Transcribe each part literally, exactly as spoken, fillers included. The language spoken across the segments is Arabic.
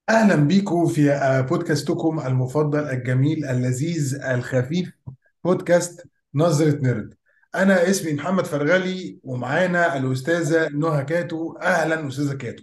أهلا بيكم في آه، بودكاستكم المفضل الجميل اللذيذ الخفيف. بودكاست نظرة نرد. أنا اسمي محمد فرغلي ومعانا الأستاذة نهى كاتو. أهلا أستاذة كاتو.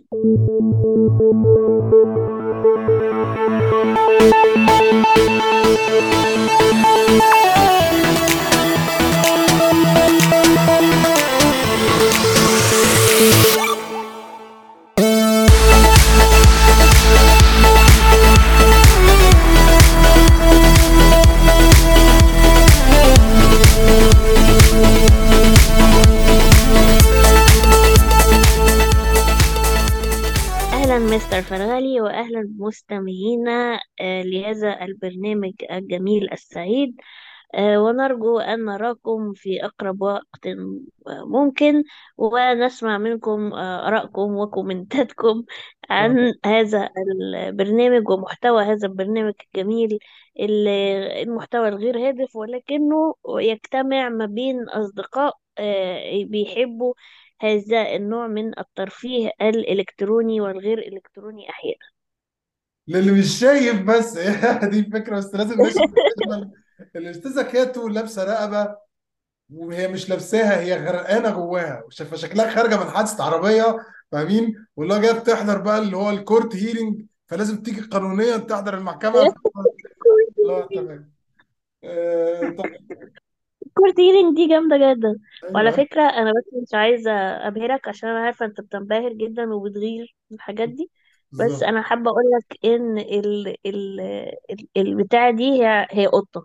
أهلا مستر فرغلي وأهلا مستمعينا آه، لهذا البرنامج الجميل السعيد. آه، ونرجو أن نراكم في أقرب وقت آه، ممكن، ونسمع منكم آه، آرائكم وكومنتاتكم عن هذا البرنامج ومحتوى هذا البرنامج الجميل. ال- المحتوى الغير هادف ولكنه يجتمع ما بين أصدقاء آه، بيحبوا هذا النوع من الترفيه الإلكتروني والغير إلكتروني أحيانا. للي مش شايف بس دي الفكرة، بس لازم نشرح الفيجوال. الأستاذة كاتو لابسة رقبة، وهي مش لابساها، هي غرقانه جواها، وش- فشكلها خارجه من حادثه عربيه. فاهمين؟ والله جايه بتحضر بقى اللي هو الكورت هيرنج، فلازم تيجي قانونيا تحضر المحكمه في... لا تمام. آه طيب. كورتيلينج دي جامدة جدا. وعلى ايوه فكرة أنا بس مش عايزة أبهرك عشان أنا عارفة أنت بتنبهر جدا وبتغير من الحاجات دي. بس بالظبط. أنا حابة أقولك إن ال ال ال البتاعة دي هي هي قطة.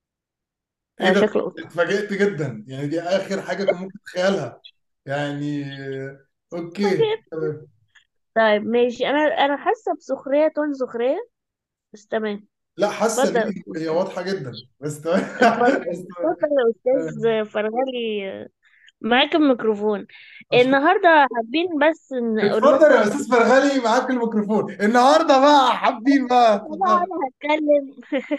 ايه هي ده؟ شكل قطة. اتفاجئت جدا، يعني دي اخر حاجه كان ممكن تتخيلها. يعني آه، اوكي فاكر؟ تمام. طيب ماشي، أنا أنا حاسة بسخرية، تون سخرية. بس تمام. لا حاسه اتفضل. دي هي واضحه جدا، بس تمام. اتفضل. بس اتفضل يا تمام. أستاذ فرغلي، معاك الميكروفون. أشكر. النهاردة حابين بس نقول اتفضل يا لكم. استاذ فرغلي، معاك الميكروفون النهارده بقى، حابين بقى أنا بقى اتفضل. أنا هتكلم.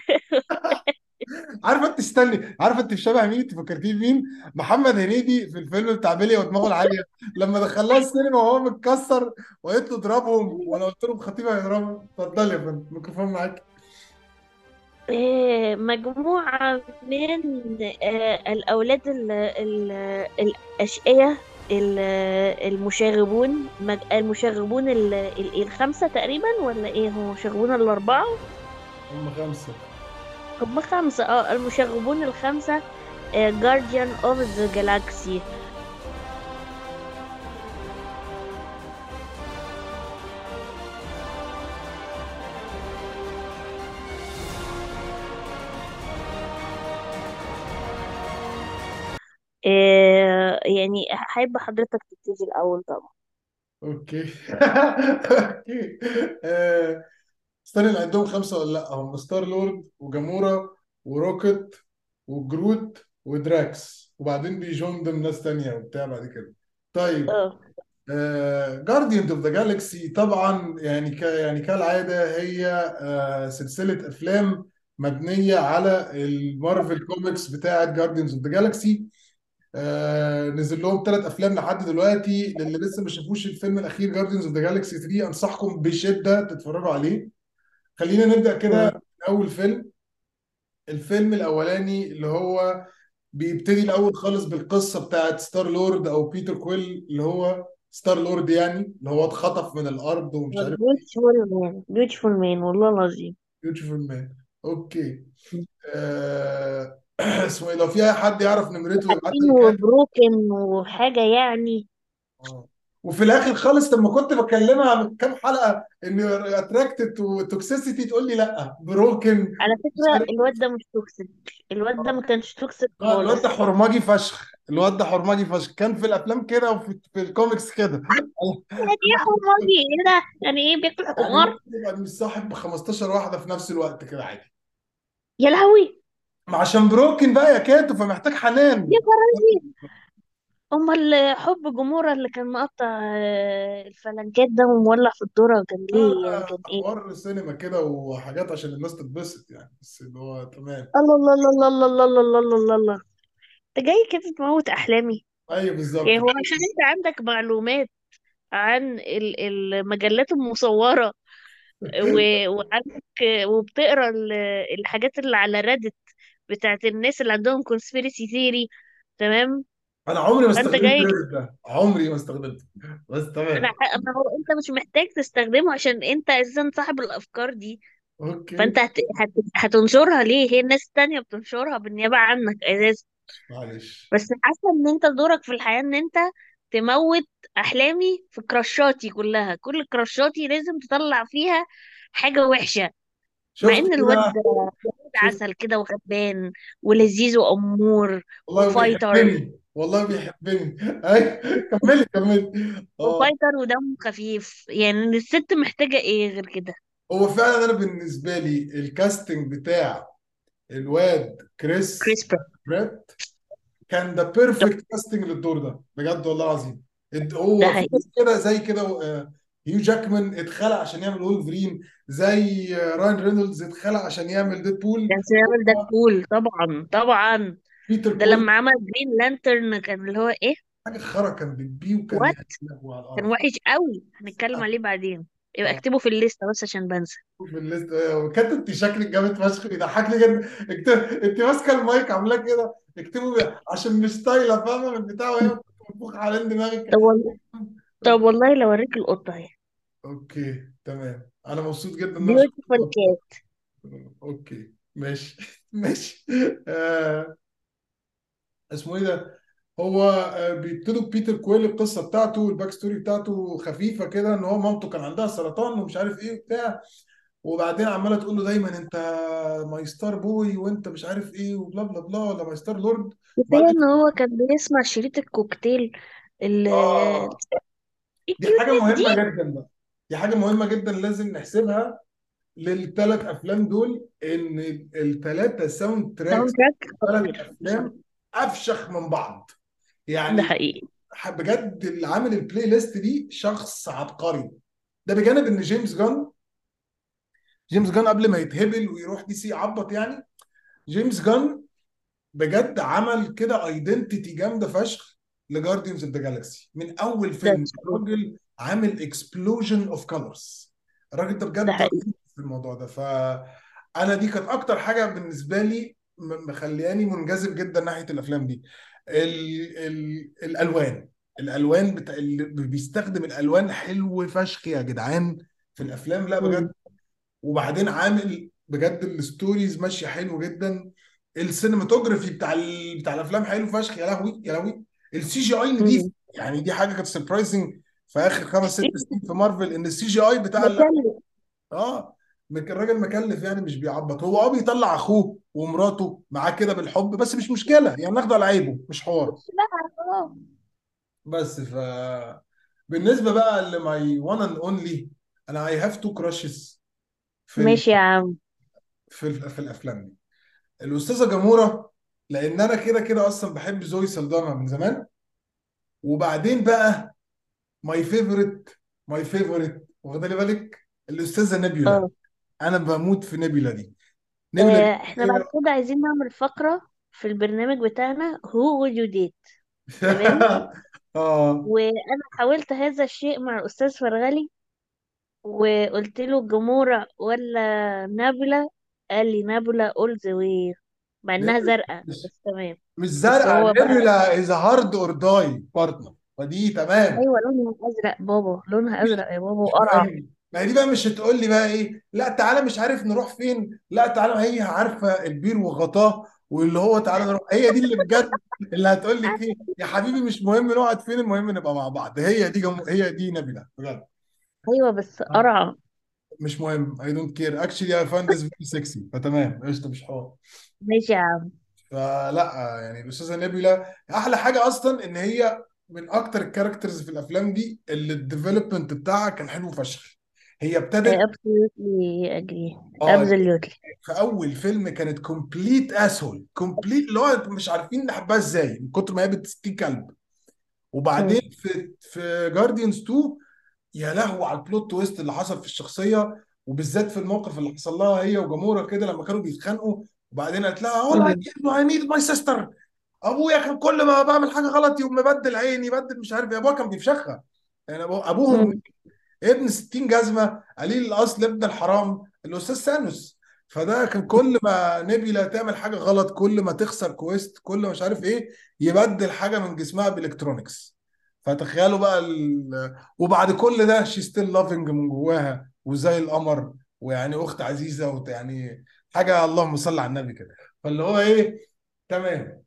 عارفه انت، استني، عارفه انت في شبه مين؟ انت فكرتيه مين؟ محمد هنيدي في الفيلم بتاع بيليا ودماغه العاليه، لما دخلها السينما وهو متكسر وقلت له اضربهم، وانا قلت له خطيب هيضربهم. اتفضل يا فندم، الميكروفون معاك. آه، مجموعة من آه، الأولاد ال- ال- الأشقية، ال- المشاغبون، مج- المشاغبون ال- ال- الخمسة تقريبا، ولا ايه هم مشاغبون الأربعة؟ هم خمسه. هم خمسة، اه المشاغبون الخمسة. جارديان اوف ذا جالاكسي. يعني حابة حضرتك تبتدي الأول طبعا. اوكي. اوكي. آه، استنى، اللي عندهم خمسه ولا لا؟ هم ستار لورد وجامورا وروكت وجروت ودراكس، وبعدين بيجون ضمن ناس تانية وبتاع بعد كده. طيب. اه. جارديان اوف ذا جالكسي طبعا، يعني ك يعني كالعاده هي آه، سلسله افلام مبنيه على المارفل كوميكس بتاعه جارديانز اوف ذا جالكسي. نزل لهم ثلاث افلام لحد دلوقتي. للي لسه ما شافوش الفيلم الاخير جارديانز اوف ذا جالكسي ثلاثة، انصحكم بشده تتفرجوا عليه. خلينا نبدا كده مم. من اول فيلم. الفيلم الاولاني اللي هو بيبتدي الاول خالص بالقصه بتاعت ستار لورد او بيتر كويل، اللي هو ستار لورد، يعني اللي هو اتخطف من الارض ومش عارف ايه. بيوتيفول مان، بيوتيفول مان والله العظيم. بيوتيفول مان. اوكي. آه... اسمه ايه؟ لو في اي حد يعرف نمرته يبعت لي كات. وبروكن وحاجة يعني. اه. وفي الاخر خالص لما كنت بكلمها من كام حلقه ان اتراكتد وتوكسيسيتي، تقول لي لا بروكن. على مش فكرة عارف. الواد ده مش توكسيك. الواد ده ما كانش توكسيك لا الواد ده خالص. حرمجي فشخ، الواد ده حرمجي فشخ، كان في الافلام كده وفي في الكوميكس كده. يعني ايه حماري؟ ايه ده؟ يعني ايه بياكل يعني حمار؟ ممكن يبقى مش صاحب ب خمستاشر واحده في نفس الوقت كده عادي. يا لهوي. ما عشان بروكن بقى يا كاتو، فمحتاج يا حنان. فرنسي. امال حب جمورة اللي كان مقطع آه، الفلنكات ده ومولع في الذرة كان لا ليه؟ يعني لا، كان ايه؟ حوار سينما كده وحاجات عشان الناس تتبسط يعني، بس اللي هو تمام. الله الله الله الله الله الله الله الله الله الله. انت جاي كده تموت احلامي. ايوه بالظبط. يعني هو عشان انت عندك معلومات عن ال- المجلات المصورة و- وعندك وبتقرا ال- الحاجات اللي على ريدت بتاعت الناس اللي عندهم conspiracy theory. تمام. انا عمري ما فانت استخدمت جاي. ريدت ده، عمري ما استخدمته، بس انا تمام. ح- ما هو انت مش محتاج تستخدمه عشان انت اساسا صاحب الافكار دي. اوكي. فانت هت... هت... هتنشرها ليه؟ هي الناس التانية بتنشرها بالنيابة عنك اساسا. معلش. بس حاسة ان انت دورك في الحياة ان انت تموت احلامي في كراشاتي كلها. كل كراشاتي لازم تطلع فيها حاجة وحشة. مع شفت ان ايه الواد بقى؟ الواد شفت. عسل كده وغلبان ولذيذ وامور والله وفايتر. بيحبني، والله بيحبني. اي، كملي كملي. اه. وفايتر ودمه خفيف. يعني الست محتاجة ايه غير كده؟ هو فعلا انا بالنسبه لي الكاستنج بتاع الواد كريس كريسبر. برات كان ده بيرفكت كاستنج للدور ده، بجد والله العظيم. اد- ده هو في حقيقي. كده زي كده. آه، هيو جاكمان اتخلق عشان يعمل وولفرين، زي آه، راين رينولدز اتخلق عشان يعمل ديدبول. كان سيعمل ده هو كول طبعا طبعا. بيتر ده كويل لما عمل جرين لانترن كان اللي هو ايه. حاجه خرا كان بتبيه، وكان وات. يعني هو على كان القرف. وحش قوي، هنتكلم عليه بعدين. يبقى اه. اكتبه في الليسته بس عشان بنسى. في الليست. آه، كانت انت شكلك جامد فشخ، بيضحكني جدا. اكتب، انت ماسكه المايك عاملاه كده، اكتبوا عشان مش طايله فاهمه من البتاع، وهي منفوخ حوالين طب دماغك. والله. طب والله لو اوريك القطه اهي. اوكي تمام، انا مبسوط جدا ان انا شفت بيوتيفول القطة. كات. اوكي ماشي. ماشي. آه اسمه ايه ده؟ هو آه بيبتدوا بيتر كويل القصه بتاعته، الباك ستوري بتاعته خفيفه كده، ان هو مامته كان عندها سرطان ومش عارف ايه وبتاع، وبعدين عماله تقول له دايما انت ماي ستار بوي، وانت مش عارف ايه وبلا بلا بلا، ولا ماي ستار لورد. كفايه وبعدين ان هو كان بيسمع شريط الكوكتيل اللي اه، دي حاجه الكيوتنس مهمه دي. جدا بقى، دي حاجه مهمه جدا لازم نحسبها للثلاث افلام دول، ان الثلاثه ساوند ساوند تراكس تراك ثلاث خطير بصراحه. افلام افشخ من بعض ده يعني. حقيقي. بجد اللي عامل البلاي ليست دي شخص عبقري. ده بجانب ان جيمس جان، جيمس جان قبل ما يتهبل ويروح دي سي يعبط يعني، جيمس جان بجد عمل كده ايدنتيتي جامده فشخ لجارديانز اوف ذا جالاكسي من اول ده فيلم. الراجل عامل اكسبلوجن اوف كولرز، الراجل ده ده بجد حقيقي. رهيب في الموضوع ده. فانا دي كانت اكتر حاجه بالنسبه لي م- مخلياني منجذب جدا ناحيه الافلام دي. ال ال الالوان، الالوان بتاع اللي بيستخدم الالوان حلو فشخ يا جدعان في الافلام، لا بجد. مم. وبعدين عامل بجد الستوريز ماشيه حلو جدا. السينماتوجرافي بتاع ال... بتاع الافلام حلو فشخ، يا لهوي يا لهوي. السي جي اي نضيف، مم. يعني دي حاجه كانت سربرايزنج في اخر خمس ست سنين في مارفل، ان السي جي اي بتاع ال... مكلف. اه، مك- الراجل مكلف يعني، مش بيعبط. هو اه بيطلع اخوه ومراته معاه كده بالحب، بس مش مشكله يعني، ناخده على عيبه مش حوار. بس بقى اه. بس ف بالنسبه بقى لماي وان اند اونلي، انا اي هاف تو كراشز في ال... ماشي يا عم. في, ال... في الافلام دي. الاستاذه جموره، لان انا كده كده اصلا بحب زوي سلدانا من زمان. وبعدين بقى ماي فيفورت، ماي فيفورت واخد لي بالك، الاستاذه نبيولا. اه. انا بموت في نبيولا دي. نبيولا دي آه، احنا بعد كده عايزين نعمل فقرة في البرنامج بتاعنا Who would you date. تمام. اه. وانا حاولت هذا الشيء مع الاستاذ فرغلي وقلت له جمورة ولا نابلة. قال لي نابلة all the way. مع انها زرقاء مش بس تمام. مش بس زرقاء، هو بقى. نبيولا از هارد اور داي بارتنر، فدي تمام. ايوه لونها ازرق بابا، لونها مش ازرق يا بابا مش وقرع. مهم. ما هي دي بقى مش هتقول لي بقى ايه، لا تعالى مش عارف نروح فين، لا تعالى، هي عارفه البير وغطاه، واللي هو تعالى نروح، هي دي اللي بجد اللي هتقول لك ايه يا حبيبي، مش مهم نقعد فين، المهم نبقى مع بعض. هي دي جم... هي دي نبيلة بجد. ايوه بس قرعة. مش مهم I don't care actually I find this very sexy، فتمام قشطه مش حوار. ماشي يا عم. فلا يعني الاستاذه نبيلة احلى حاجه اصلا ان هي من اكتر الكاركترز في الافلام دي اللي الديفلوبمنت بتاعها كان حلو فشخ. هي I ابتدت absolutely agree. اه Absolutely. في اول فيلم كانت كومبليت اسهول، كومبليت اللي هو مش عارفين نحبها ازاي من كتر ما هي بتستيك كلب. وبعدين مم. في في جارديانز تو، يا لهو على البلوت تويست اللي حصل في الشخصيه، وبالذات في الموقف اللي حصل لها هي وجامورا كده لما كانوا بيتخانقوا، وبعدين قالت لها all I مم. need I need my sister. ابويا كان كل ما بعمل حاجه غلط يقوم مبدل عيني، يبدل مش عارف ايه، ابوها كان بيفشخها يعني، أبو- ابوهم. مم. ابن ستين جزمه، قليل الاصل، ابن الحرام، الاستاذ سانوس. فده كان كل ما نبيلة تعمل حاجه غلط، كل ما تخسر كويست، كل ما مش عارف ايه، يبدل حاجه من جسمها بالكترونكس. فتخيلوا بقى ال... وبعد كل ده شي ستيل لافنج من جواها وزي القمر، ويعني اخت عزيزه، وت- يعني حاجه اللهم صل على النبي كده. فاللي هو ايه، تمام.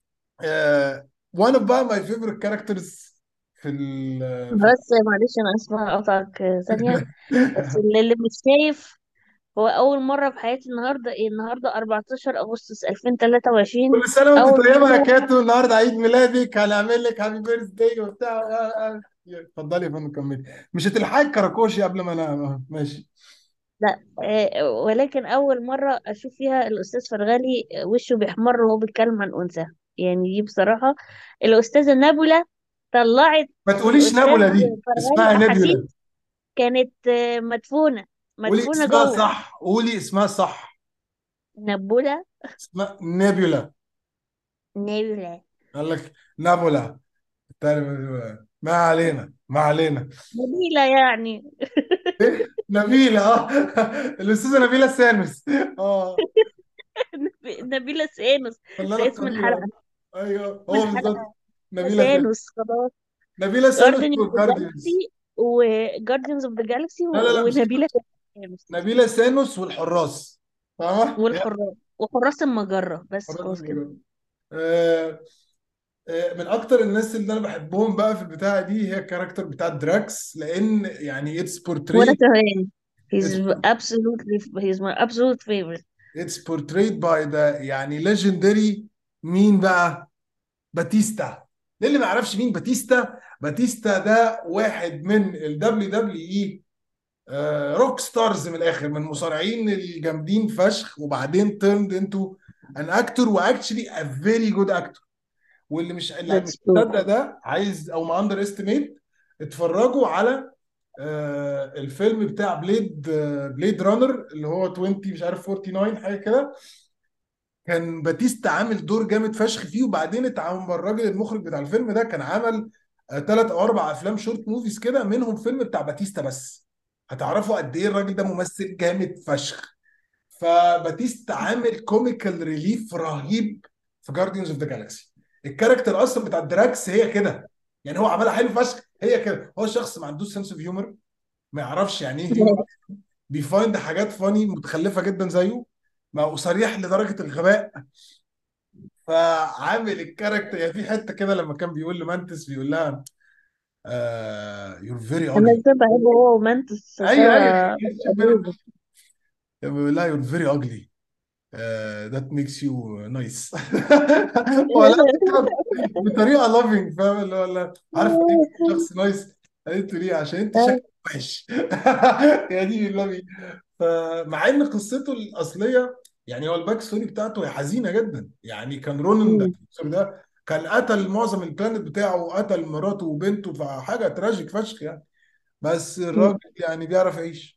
آه one of بقى my favorite characters في ال في بس معلش انا اسفه اقطعك ثانيه، بس اللي, اللي مش شايف، هو اول مره في حياتي النهارده ايه، النهارده اربعتاشر اغسطس ألفين وتلاتة وعشرين. كل سنه وانت اول طيبه يا مره. كاتو، النهارده عيد ميلادك، هنعمل لك هابي بيرث داي وبتاع. آه، آه. اتفضلي يا فندم كملي. مش هتلحقي كراكوشي قبل ما انا ماشي. لا آه، ولكن اول مره اشوف فيها الاستاذ فرغالي وشه بيحمر وهو بيتكلم عن انثى. يعني دي بصراحه الاستاذه نابله طلعت ما تقوليش الاستاذ نابولا، دي فرغالي اسمها احاسيس. نابيولا. كانت آه، مدفونه قولي مدفونه اسمها جوه. صح، قولي اسمها صح. نبوله. اسمها نابيولا. نابله. قال لك نابولا. التاني ما علينا، ما علينا. نبيله يعني. ايه نبيلة، اه الاستاذة نبيلة سامس. اه نبيله سانوس. خلي ده لك اسم قريبة. الحلقه. ايوه اسم هو بالظبط. الحلقه نبيلة سامس. سانوس خلاص. نبيلة سامس جاردن اوف ذا والجارديانز. جالكسي وجاردنز اوف ذا جالكسي لا لا لا مش كده. ونبيله سانوس. نبيلة سانوس والحراس. فاهمة؟ يا والحراس وحراس المجرة، بس حراس خلاص كده. المجرد. آه آه من اكتر الناس اللي انا بحبهم بقى في البتاعة دي هي الكاركتر بتاع دراكس، لان يعني اتس وانا بورتريد. كمان. he's absolutely he's my absolute favorite. اتس بورتريد باي ذا يعني ليجندري. مين بقى؟ باتيستا. للي ما يعرفش مين باتيستا، باتيستا ده واحد من الدبليو دبليو اي روك ستارز، من الاخر من المصارعين الجامدين فشخ، وبعدين تيرند انتو ان اكتور، واكشلي ا فيري جود اكتور. واللي مش اللي مش That's true. مصدق ده عايز او ما اندر استيميت، اتفرجوا على آه، الفيلم بتاع بليد آه، بليد رانر اللي هو عشرين مش عارف تسعة وأربعين حاجه كده. كان باتيستا عامل دور جامد فشخ فيه، وبعدين اتعامل الراجل المخرج بتاع الفيلم ده كان عمل ثلاث او اربع افلام شورت موفيز كده، منهم فيلم بتاع باتيستا بس. هتعرفوا قد ايه الراجل ده ممثل جامد فشخ. فباتيستا عامل كوميكال ريليف رهيب في جارديونز اوف ذا جالاكسي. الكاركتر اصلا بتاع دراكس هي كده، يعني هو عملها حلو فشخ. هي كده، هو شخص ما عندوش سنس اوف هيومر، ما يعرفش يعني ايه هيومر، بيفايند حاجات فاني متخلفه جدا زيه، ما هو صريح لدرجه الغباء. فعامل الكاركتر يعني في حته كده لما كان بيقول لمانتس، بيقول لها يور فيري انا اجلي. ازاي بحبه هو ومانتس ده. ايوه ايوه شوف هنا. amazing. بيقول لها يور فيري اجلي، ذات ميكس يو نايس. ولا كده بطريقه لافينج، فاهم اللي هو لا، عارف ليه شخص نايس؟ قالت له ليه؟ عشان انت شكلك وحش. يا دي بالله. فمع ان قصته الاصليه، يعني هو الباك ستوري بتاعته هي حزينه جدا. يعني كان رونن ده ده كان قتل معظم البلانت بتاعه، وقتل مراته وبنته، فحاجه تراجيك فشخ يعني. بس الراجل يعني بيعرف يعيش.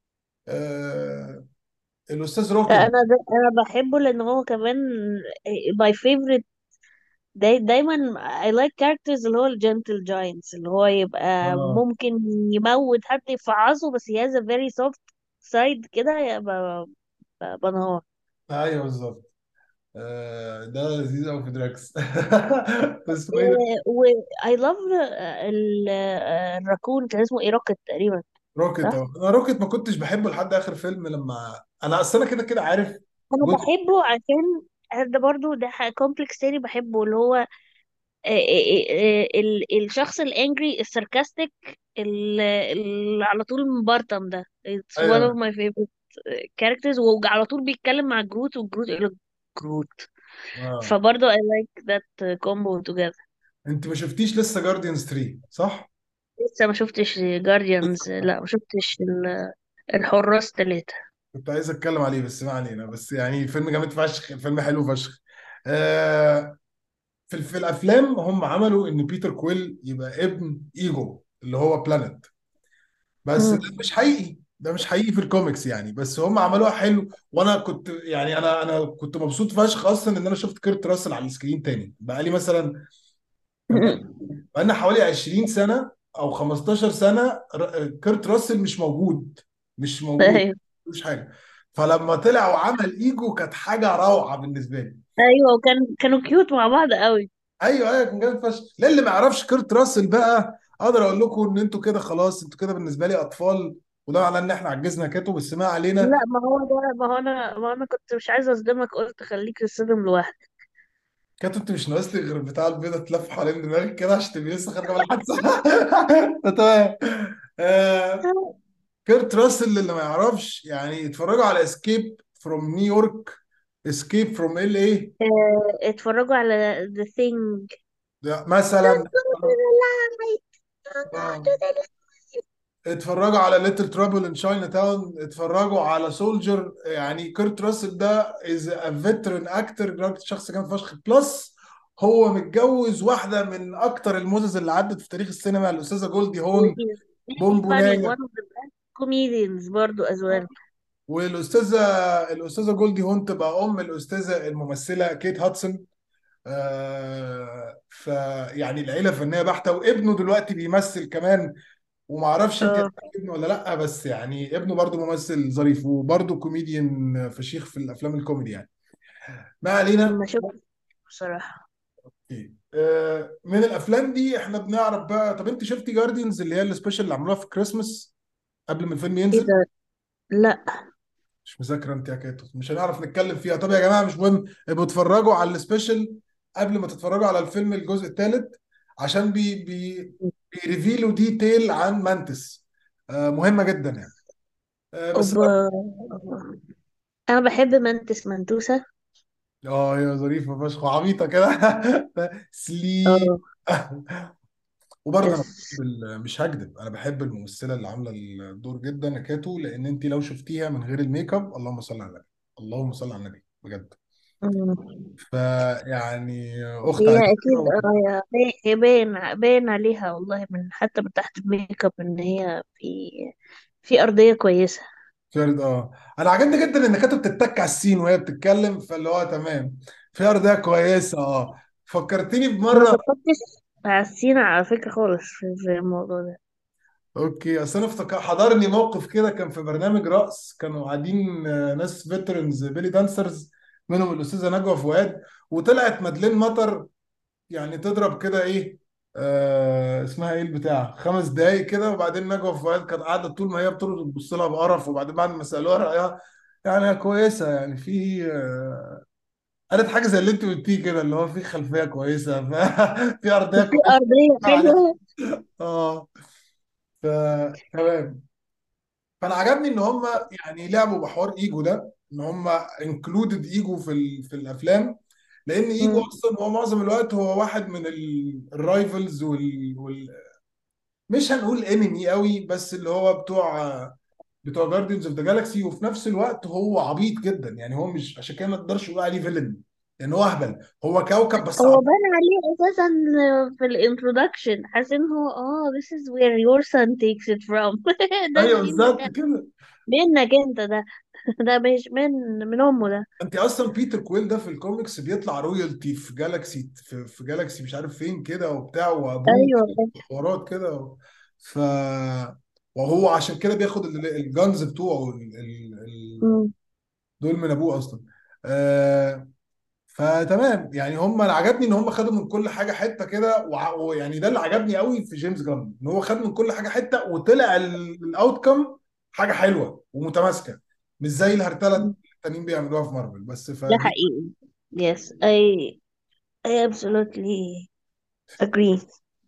آه الاستاذ روكيت. انا ده انا بحبه لان هو كمان my favorite. داي دايما I like characters اللي هو الجنتل جاينتس، اللي هو يبقى اه ممكن يموت حد يفعصه، بس he has a very soft side كده، يبقى ب- بنهار. ايوه بالظبط. آه ده لذيذ قوي في دراكس. بس اسمه ايه ده؟ و I love ال- الراكون، كان اسمه ايه، روكت تقريبا. روكيت. صح. اه انا روكيت ما كنتش بحبه لحد اخر فيلم، لما انا اصل انا كده كده عارف انا جزء. بحبه عشان ده برضو ده كومبلكس تاني بحبه، اللي هو آه، آه، آه، ال- الشخص الانجري الساركاستيك اللي على طول مبرطم ده. it's one of ايوه. my favorite characters، وعلى طول بيتكلم مع جروت، والجروت يقول لك جروت. اه فبرضه I like that combo together. انت ما شفتيش لسه جارديانز ثلاثة صح؟ لسه ما شفتش جارديانز، لا ما شفتش ال- الحراس تلاتة. كنت عايز اتكلم عليه بس ما علينا. بس يعني الفيلم جامد فشخ، الفيلم حلو فشخ. آه في في الافلام هم عملوا ان بيتر كويل يبقى ابن ايجو اللي هو بلانت، بس ده مم. مش حقيقي، ده مش حقيقي في الكوميكس يعني. بس هم عملوها حلو، وانا كنت يعني انا انا كنت مبسوط فشخ اصلا ان انا شفت كيرت راسل على السكرين تاني. بقى لي مثلا بقى لنا حوالي عشرين سنه او خمستاشر سنه ر- كيرت راسل مش موجود، مش موجود، ايوه مش حاجه. فلما طلع وعمل ايجو كانت حاجه روعه بالنسبه لي. ايوه، وكان كانوا كيوت مع بعض قوي. ايوه ايوه كان جامد فشخ. للي ما يعرفش كيرت راسل بقى، اقدر اقول لكم ان انتوا كده خلاص، انتوا كده بالنسبه لي اطفال، وده معناه ان احنا عجزنا كاتو، بس ما لا، علينا. ما هو ده ما هو انا ما انا كنت مش عايزه اصدمك، قلت خليك تصدم لوحدك. كاتو انت مش ناقص لي غير بتاع البيضه تلف حوالين دماغك كده عشان تبقي لسه خارجه من الحادثه. تمام. آه، كيرت راسل اللي ما يعرفش يعني اتفرجوا على اسكيب فروم نيويورك، اسكيب فروم ال ايه آه، اتفرجوا على The Thing. مثلا. Don't go to the light. Don't go آه. to the light. اتفرجوا على ليتل ترابل ان شاينا تاون، اتفرجوا على سولجر. يعني كيرت راسل ده از ا فيترن اكتر، شخص جامد فشخ. بلس هو متجوز واحده من اكتر الموزز اللي عدت في تاريخ السينما، الاستاذه جولدي هون He's very funny, one بونبونايه. of the best comedians برضو as well. والاستاذه الاستاذه جولدي هون تبقى ام الاستاذه الممثله كيت هادسون. آه فيعني العيله فنيه بحته، وابنه دلوقتي بيمثل كمان. وما اعرفش انت اه، عارف ابنه ولا لا، بس يعني ابنه برضه ممثل ظريف وبرضه كوميديان فشيخ في الافلام الكوميدي يعني. ما علينا. ما شفت بصراحة. إيه. آه من الافلام دي احنا بنعرف بقى. طب انت شفتي جارديانز اللي هي السبيشال اللي عملوها في كريسمس قبل ما الفيلم ايه ينزل؟ ده؟ لا. مش مذاكره انت يا كاتو، مش هنعرف نتكلم فيها. طب يا جماعه مش مهم، ابقوا اتفرجوا على السبيشال قبل ما تتفرجوا على الفيلم الجزء الثالث، عشان بي بي بيريفيلوا ديتيل عن مانتس آه مهمه جدا يعني. آه بس. أوب... انا بحب منتس منتوسة. اه هي ظريفه فشخ وعبيطه كده. سليم. اه. وبرضه انا يس. بحب ال- مش هكذب، انا بحب الممثله اللي عامله الدور جدا يا كاتو، لان انت لو شفتيها من غير الميك اب، اللهم صل على النبي، اللهم صل على النبي بجد. مم. فيعني اخت هي عزيزه اكيد، و- اه هي باين هي باين باين عليها والله، من حتى من تحت الميك اب ان هي في في ارضية كويسة. فيرد اه. انا عجبني جدا ان كاتو بتتك على السين وهي بتتكلم، فاللي هو تمام، فيها ارضيه كويسه. اه فكرتني ما بمره. بفكرش على السينة على فكرة خالص في في الموضوع ده. اوكي، اصل انا افتكر حضرني موقف كده، كان في برنامج رقص، كانوا قاعدين آه، ناس فيترنز بيلي دانسرز، منهم الاستاذه نجوى فؤاد، وطلعت مدلين مطر يعني تضرب كده ايه، آه اسمها ايه البتاع، خمس دقايق كده. وبعدين نجوى فؤاد كانت قاعده طول ما هي بترقص تبص لها بقرف، وبعدين بعد ما سالوها رايها، يعني كويسه يعني في آه قالت حاجه زي اللي انت قلتيه كده، اللي هو في خلفيه كويسه. ف... في ارضيه وفي كويسه أرضية عليها. حلوة. اه ف تمام. فانا عجبني ان هم يعني لعبوا بحوار ايجو ده، ان هم انكلودد ايجو في ال... في الافلام. لان ايجو مم. اصلا هو معظم الوقت هو واحد من الرايفلز وال... وال... مش هنقول انمي قوي، بس اللي هو بتوع بتوع جاردينز اوف ذا جالاكسي. وفي نفس الوقت هو عبيط جدا يعني، هو مش عشان كده ما تقدرش تقول عليه فيلن، لان هو اهبل، هو كوكب بس هو عبيط. بان عليه اساسا في الانترودكشن، حاسس ان هو اه this is where your son takes it from. ده ايوه مين بالظبط ده؟ كده. منك انت ده. ده مش من من امه ده. انت اصلا بيتر كويل ده في الكوميكس بيطلع رويالتي في جالاكسي، في, في جالاكسي مش عارف فين كده وبتاع، وابوه ايوه. حوارات كده. ف وهو عشان كده بياخد ال- الجانز بتوعه ال... ال... ال... مم. دول من ابوه اصلا. آه... فتمام يعني، هم انا عجبني ان هم خدوا من كل حاجه حته كده، وع- ويعني ده اللي عجبني قوي في جيمس جان، ان هو خد من كل حاجه حته وطلع الاوتكم حاجه حلوه ومتماسكه، مش زي الهرتله التانيين بيعملوها في مارفل بس. ده فدي حقيقي. Yes, I I absolutely agree.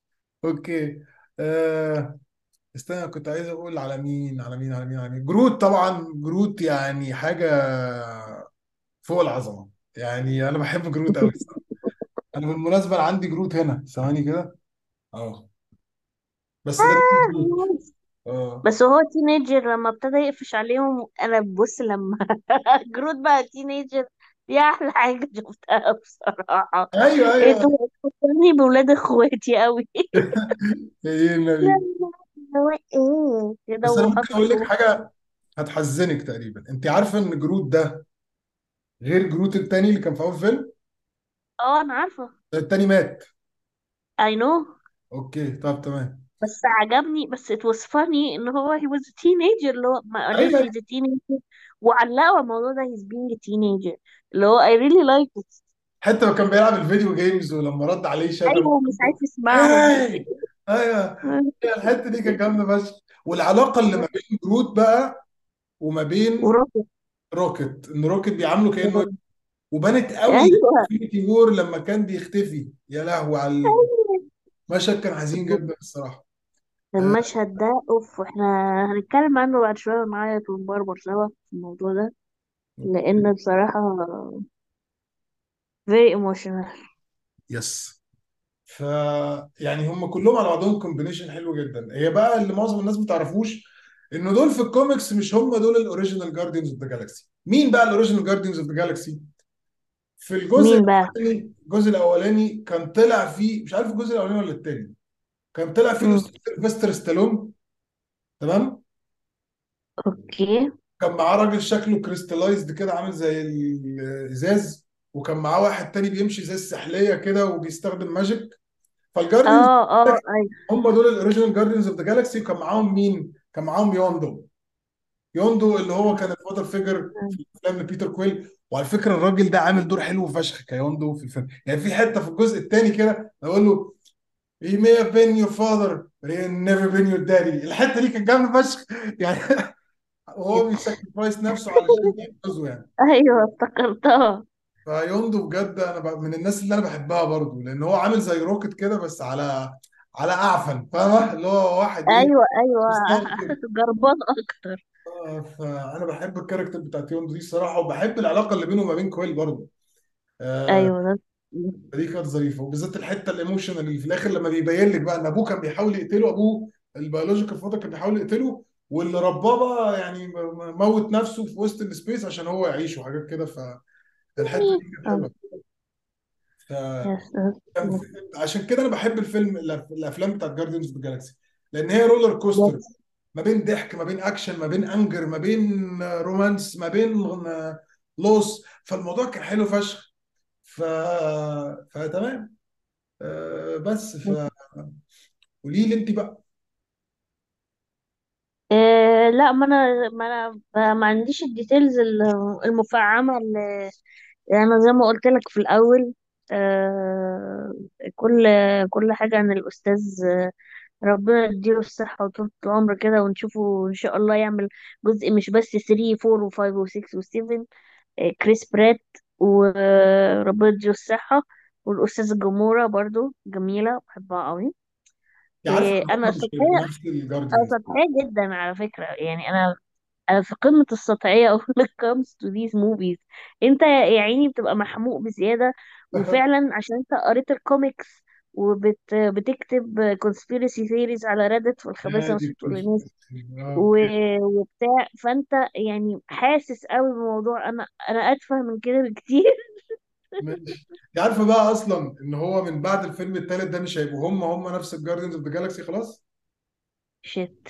اوكي. آه... استنى، كنت عايز اقول على مين على مين على مين على مين جروت. طبعا جروت يعني حاجه فوق العظمه. يعني انا بحب جروت قوي. انا بالمناسبه أنا عندي جروت هنا، ثواني كده. اه بس ده مش جروت. Yes. اه بس هو تينيجر لما ابتدى يقفش عليهم، انا ببص لما جرود بقى تينيجر، دي احلى حاجه شفتها بصراحه. ايوه انتوا ايوه. بتفكرني بولاد اخواتي قوي. ايه لا النبي. لا، هو ايه كده بس انا ممكن اقول وحاطط لك له. حاجه هتحزنك تقريبا. انت عارفه ان جروت ده غير جروت التاني اللي كان في اول فيلم؟ اه، انا عارفه. ده التاني مات. I know. اوكي طب تمام. بس عجبني، بس it was funny ان هو he was a teenager، اللي هو ما قالوش ايوه، he's a teenager، وعلقوا على الموضوع ده he's being a teenager، اللي هو I really like it. حتى لو كان بيلعب الفيديو جيمز ولما رد عليه شتم. ايوه ومش عارف يسمعهم. هاي. ايوه. هي الحته دي كانت جامده فشخ. والعلاقه اللي ما بين جروت بقى وما بين وراجل. روكيت، ان روكيت بيعامله كانه، وبانت قوي ايوه. انفينيتي وور لما كان بيختفي. يا لهوي على المشهد، كان حزين جدا الصراحه. آه، المشهد ده اوف، احنا هنتكلم عنه بعد شويه ونعيط ونبربر سوا في الموضوع ده، لان بصراحه very emotional. يس. ف يعني هم كلهم على بعضهم كومبينيشن حلو جدا. هي بقى اللي معظم الناس ما تعرفوش، ان دول في الكوميكس مش هم دول الاوريجينال جارديانز اوف ذا جالاكسي. مين بقى الاوريجينال جارديانز اوف ذا جالاكسي؟ في الجزء مين بقى؟ الاولاني، الجزء الاولاني كان طلع فيه، مش عارف الجزء الاولاني ولا الثاني، كان طلع فيه مم. الاستاذ سيلفستر ستالون. تمام. اوكي. كان معاه راجل شكله كريستالايزد كده عامل زي الازاز، وكان معاه واحد تاني بيمشي زي السحليه كده وبيستخدم ماجيك. فالجارديانز اه اه ايوه. هم دول الاوريجينال جارديانز اوف ذا جالاكسي. وكان معاهم مين؟ كان معاهم يوندو. يوندو اللي هو كان الفاتر فيجر في افلام بيتر كويل. وعلى فكره الراجل ده عامل دور حلو فشخ كيوندو في الفيلم. يعني في حته في الجزء الثاني كده اقول له he may have been your father but he never been your daddy. الحته دي كانت جامده فشخ يعني. وهو بيسكرفايس نفسه علشان ينقذه يعني. ايوه افتكرتها. فيوندو بجد انا ب- من الناس اللي انا بحبها برضو، لان هو عامل زي روكت كده بس على على اعفن، فاهمه؟ اللي هو واحد ايه، ايوه ايوه. بيصطاد كده. جربان اكتر. آه، فانا بحب الكاركتر بتاعت يوندو دي الصراحه، وبحب العلاقه اللي بينه وما بين كويل برضو. آه، ايوه ده. دي كانت ظريفه، وبالذات الحته الايموشنال اللي في الاخر لما بيبين لك بقى ان ابوه كان بيحاول يقتله، ابوه البيولوجيكال فاذر كان بيحاول يقتله، واللي رباه بقى يعني م- م- موت نفسه في وسط السبيس عشان هو يعيش وحاجات كده. فالحته دي كانت اه. حلوه. ف يس. كان في- عشان كده انا بحب الفيلم الأف- الافلام بتاعت جاردينز اوف جالاكسي، لان هي رولر كوستر، يس. ما بين ضحك، ما بين اكشن، ما بين انجر، ما بين آه، رومانس، ما بين آه، لوس. فالموضوع كان حلو فشخ. ف فتمام. آه، بس ف قولي لي انت بقى. إيه لا، ما انا ما انا ما عنديش الديتيلز المفعمه اللي، يعني انا زي ما قلت لك في الاول. آه كل كل حاجه عن الاستاذ، آه، ربنا يديله الصحه وطول العمر كده، ونشوفه ان شاء الله يعمل جزء مش بس ثلاثة و4 و5 و6 و7. كريس برات، وربنا يديله الصحه. والاستاذ جموره برضو جميله بحبها قوي. انت عارفه إيه ان انا هم مش سطحيه. هيبقوا نفس أنا الجارديانز. سطحيه جدا على فكره، يعني انا أنا في قمة السطحية when it comes to these movies. انت يا عيني بتبقى محموق بزيادة، وفعلا عشان انت قريت الكوميكس وبتكتب conspiracy theories على ريدت في الخباثة هادي نص الكونسبت. الناس اوكي. و- وبتاع، فانت يعني حاسس قوي بالموضوع. انا انا اتفه من كده بكتير. ماشي. انت عارفه بقى اصلا ان هو من بعد الفيلم الثالث ده مش هيبقوا هم هم نفس الجارديانز اوف ذا جالاكسي خلاص. شيت.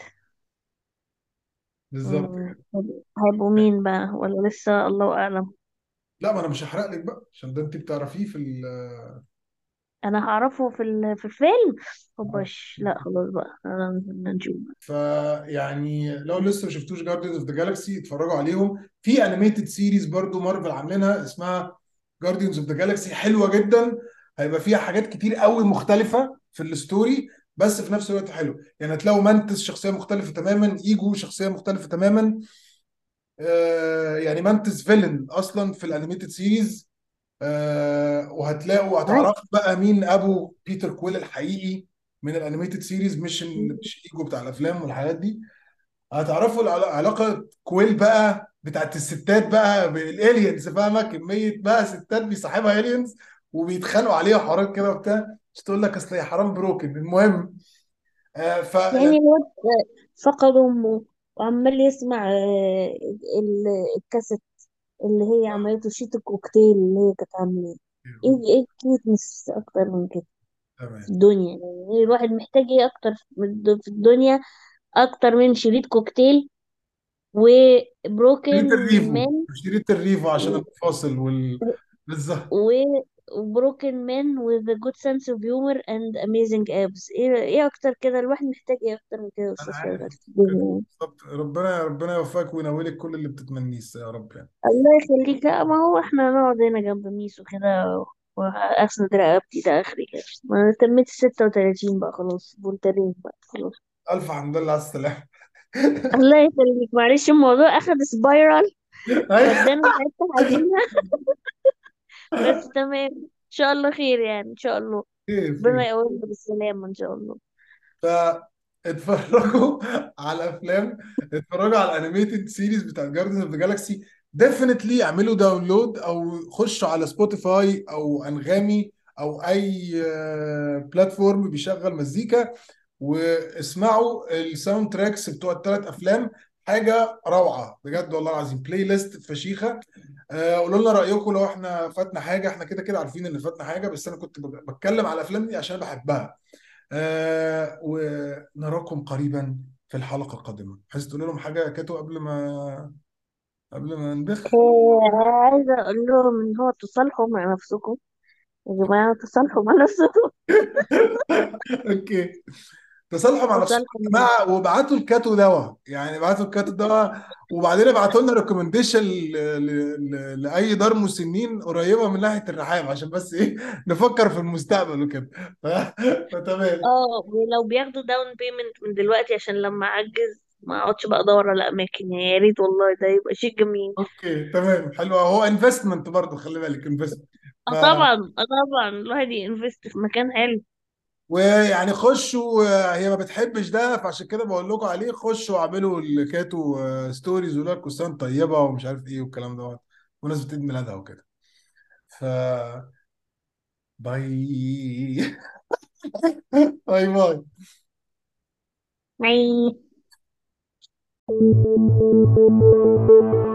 بالظبط مم. كده. هيبقوا مين بقى ولا لسه الله اعلم؟ لا، ما انا مش هحرق لك بقى عشان ده انت بتعرفيه في ال انا هعرفه في ال- في الفيلم. آه. طبش لا خلاص بقى، أنا نشوف. فيعني لو لسه ما شفتوش جارديانز اوف ذا جالاكسي اتفرجوا عليهم. في انيميتد سيريز برضو مارفل عاملينها اسمها جارديانز اوف ذا جالاكسي، حلوه جدا. هيبقى فيها حاجات كتير قوي مختلفه في الستوري، بس في نفس الوقت حلو. يعني هتلاقوا مانتس شخصيه مختلفه تماما، ايجو شخصيه مختلفه تماما. آه يعني مانتس فيلن اصلا في الانيميتد سيريز. آه وهتلاقوا هتعرفوا بقى مين ابو بيتر كويل الحقيقي من الانيميتد سيريز، مش مش ايجو بتاع الافلام والحاجات دي. هتعرفوا العلا- علاقه كويل بقى بتاعت الستات بقى بالالينز، فاهمه؟ كميه بقى ستات بيصاحبها الينز وبيتخانقوا عليها حوارات كده وبتاع، مش تقول لك اصل هي حرام بروكن. المهم آه ف يعني الواد فقد أمه وعمال يسمع آه، ال- الكاسيت اللي هي عملته، شيت الكوكتيل اللي هي كانت عاملاه. ايه ايه كيوتنس اكتر من كده في تمام. الدنيا؟ يعني الواحد محتاج ايه اكتر في الد- في الدنيا اكتر من شريط كوكتيل وبروكن شريط الريفو، مان شريط الريفو عشان المفاصل وال بالظبط. broken men with a good sense of humor and amazing abs. ايه ايه اكتر كده؟ الواحد محتاج ايه اكتر من كده يا انا استاذ فايز عارف في الدنيا؟ بالظبط. ربنا ربنا يوفقك وينولك كل اللي بتتمنيه يا رب يعني. الله يخليك. لا، ما هو احنا نقعد هنا جنب ميسو كده واسند رقبتي، ده اخري كده. ما انا تميت ستة وثلاثين بقى خلاص، فولترين بقى خلاص. الف حمد لله على السلامه. الله يخليك، معلش الموضوع اخد سبايرال ايوه. ودانا في حته حزينه. بس تمام ان شاء الله خير، يعني ان شاء الله. خير ربنا خير. يقومنا بالسلامه ان شاء الله. فاتفرجوا على افلام، اتفرجوا على الانيميتد سيريز بتاع جاردنز اوف ذا جالاكسي. ديفينتلي اعملوا داونلود او خشوا على سبوتيفاي او انغامي او اي بلاتفورم بيشغل مزيكا، واسمعوا الساوند تراكس بتوع الثلاث افلام. حاجه روعه بجد والله العظيم، بلاي ليست فشيخه. آه، قولوا لنا رايكم لو احنا فاتنا حاجه. احنا كده كده عارفين ان فاتنا حاجه، بس انا كنت بج- بتكلم على الافلام دي عشان بحبها. آه، ونراكم قريبا في الحلقه القادمه. عايز تقول لهم حاجه يا كاتو قبل ما قبل ما نبخ؟ آه، عايزه اقول لهم ان هو تصالحوا مع نفسكم. يا جماعه تصالحوا مع نفسكم. اوكي. تصالحوا مع نفسكم تصالحوا يا مع جماعه، وابعتوا الكاتو دواء، يعني ابعتوا الكاتو دواء. وبعدين ابعتوا لنا ريكومنديشن لاي دار مسنين قريبه من ناحيه الرحاب، عشان بس ايه نفكر في المستقبل وكده. ف- فتمام. اه ولو بياخدوا داون بيمنت من دلوقتي عشان لما اعجز ما اقعدش بقى ادور على اماكن، يعني يا ريت والله ده يبقى شيء جميل. اوكي تمام حلو، هو انفستمنت برضه، خلي بالك انفستمنت. ف اه طبعا، اه طبعا الواحد ينفست في مكان حلو. ويعني خشوا، هي ما بتحبش ده فعشان كده بقول لكم عليه. خشوا واعملوا الكاتو ستوريز ولا كوسان طيبه ومش عارف ايه والكلام دوت، وناس عيد ميلادها وكده. ف باي. باي باي. باي.